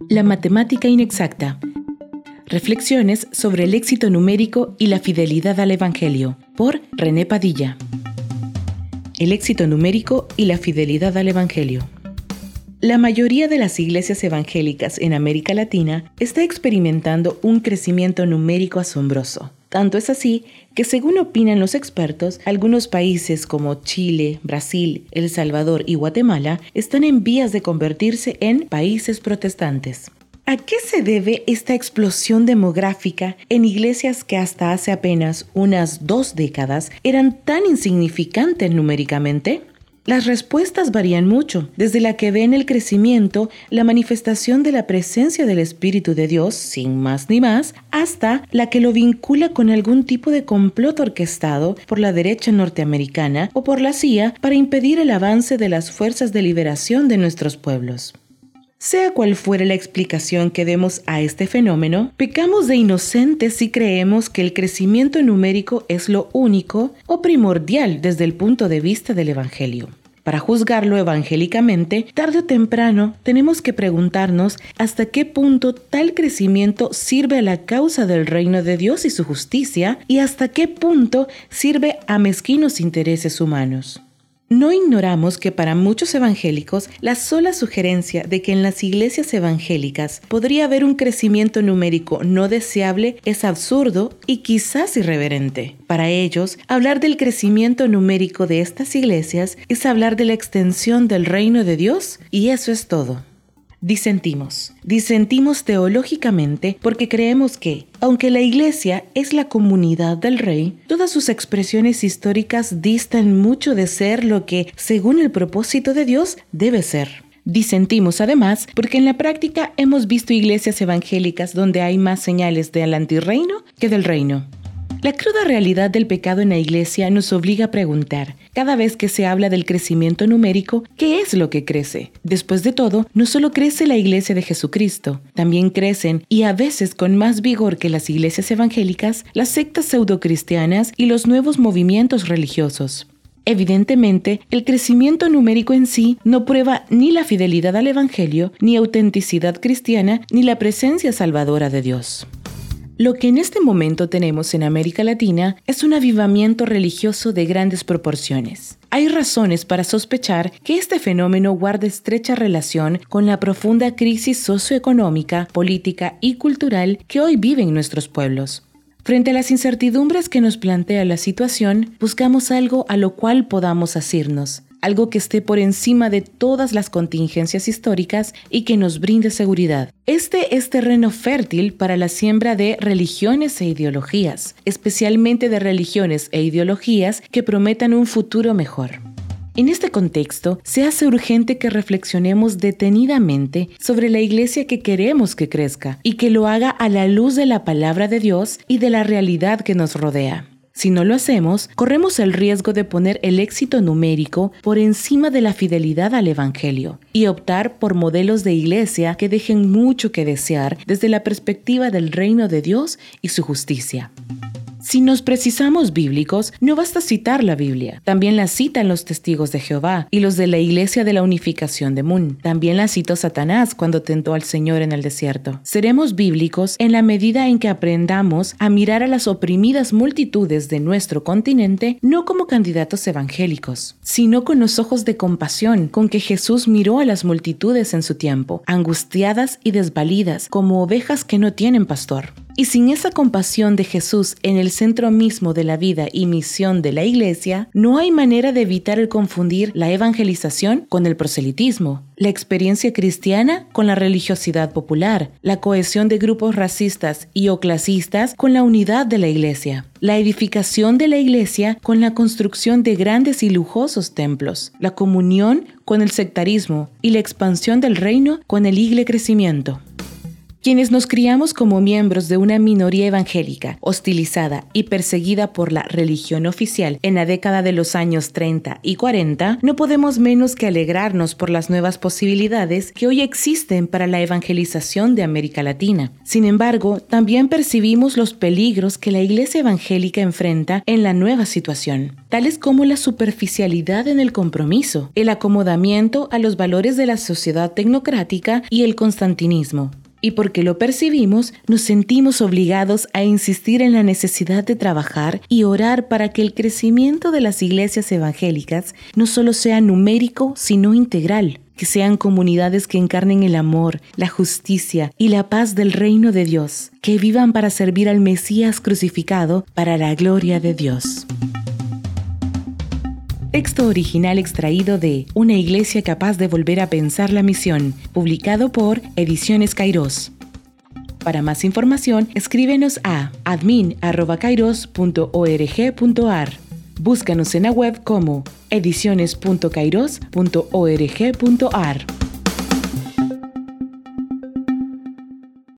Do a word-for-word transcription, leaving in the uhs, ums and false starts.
La matemática inexacta. Reflexiones sobre el éxito numérico y la fidelidad al Evangelio, por René Padilla. El éxito numérico y la fidelidad al Evangelio. La mayoría de las iglesias evangélicas en América Latina está experimentando un crecimiento numérico asombroso. Tanto es así que, según opinan los expertos, algunos países como Chile, Brasil, El Salvador y Guatemala están en vías de convertirse en países protestantes. ¿A qué se debe esta explosión demográfica en iglesias que hasta hace apenas unas dos décadas eran tan insignificantes numéricamente? Las respuestas varían mucho, desde la que ve en el crecimiento la manifestación de la presencia del Espíritu de Dios, sin más ni más, hasta la que lo vincula con algún tipo de complot orquestado por la derecha norteamericana o por la C I A para impedir el avance de las fuerzas de liberación de nuestros pueblos. Sea cual fuere la explicación que demos a este fenómeno, pecamos de inocentes si creemos que el crecimiento numérico es lo único o primordial desde el punto de vista del Evangelio. Para juzgarlo evangélicamente, tarde o temprano tenemos que preguntarnos hasta qué punto tal crecimiento sirve a la causa del reino de Dios y su justicia, y hasta qué punto sirve a mezquinos intereses humanos. No ignoramos que para muchos evangélicos la sola sugerencia de que en las iglesias evangélicas podría haber un crecimiento numérico no deseable es absurdo y quizás irreverente. Para ellos, hablar del crecimiento numérico de estas iglesias es hablar de la extensión del reino de Dios, y eso es todo. Disentimos. Disentimos teológicamente porque creemos que, aunque la Iglesia es la comunidad del Rey, todas sus expresiones históricas distan mucho de ser lo que, según el propósito de Dios, debe ser. Disentimos además porque en la práctica hemos visto iglesias evangélicas donde hay más señales del antirreino que del reino. La cruda realidad del pecado en la iglesia nos obliga a preguntar, cada vez que se habla del crecimiento numérico, ¿qué es lo que crece? Después de todo, no solo crece la iglesia de Jesucristo, también crecen, y a veces con más vigor que las iglesias evangélicas, las sectas pseudocristianas y los nuevos movimientos religiosos. Evidentemente, el crecimiento numérico en sí no prueba ni la fidelidad al Evangelio, ni autenticidad cristiana, ni la presencia salvadora de Dios. Lo que en este momento tenemos en América Latina es un avivamiento religioso de grandes proporciones. Hay razones para sospechar que este fenómeno guarda estrecha relación con la profunda crisis socioeconómica, política y cultural que hoy viven nuestros pueblos. Frente a las incertidumbres que nos plantea la situación, buscamos algo a lo cual podamos asirnos, algo que esté por encima de todas las contingencias históricas y que nos brinde seguridad. Este es terreno fértil para la siembra de religiones e ideologías, especialmente de religiones e ideologías que prometan un futuro mejor. En este contexto, se hace urgente que reflexionemos detenidamente sobre la iglesia que queremos que crezca y que lo haga a la luz de la palabra de Dios y de la realidad que nos rodea. Si no lo hacemos, corremos el riesgo de poner el éxito numérico por encima de la fidelidad al Evangelio y optar por modelos de iglesia que dejen mucho que desear desde la perspectiva del reino de Dios y su justicia. Si nos precisamos bíblicos, no basta citar la Biblia. También la citan los testigos de Jehová y los de la Iglesia de la Unificación de Mun. También la citó Satanás cuando tentó al Señor en el desierto. Seremos bíblicos en la medida en que aprendamos a mirar a las oprimidas multitudes de nuestro continente no como candidatos evangélicos, sino con los ojos de compasión con que Jesús miró a las multitudes en su tiempo, angustiadas y desvalidas, como ovejas que no tienen pastor. Y sin esa compasión de Jesús en el centro mismo de la vida y misión de la iglesia, no hay manera de evitar el confundir la evangelización con el proselitismo, la experiencia cristiana con la religiosidad popular, la cohesión de grupos racistas y o clasistas con la unidad de la iglesia, la edificación de la iglesia con la construcción de grandes y lujosos templos, la comunión con el sectarismo y la expansión del reino con el igle crecimiento. Quienes nos criamos como miembros de una minoría evangélica, hostilizada y perseguida por la religión oficial en la década de los años treinta y cuarenta, no podemos menos que alegrarnos por las nuevas posibilidades que hoy existen para la evangelización de América Latina. Sin embargo, también percibimos los peligros que la Iglesia evangélica enfrenta en la nueva situación, tales como la superficialidad en el compromiso, el acomodamiento a los valores de la sociedad tecnocrática y el constantinismo. Y porque lo percibimos, nos sentimos obligados a insistir en la necesidad de trabajar y orar para que el crecimiento de las iglesias evangélicas no solo sea numérico, sino integral, que sean comunidades que encarnen el amor, la justicia y la paz del reino de Dios, que vivan para servir al Mesías crucificado para la gloria de Dios. Texto original extraído de Una iglesia capaz de volver a pensar la misión, publicado por Ediciones Kairos. Para más información, escríbenos a admin arroba kairos punto org punto ar. Búscanos en la web como ediciones punto kairos punto org punto ar.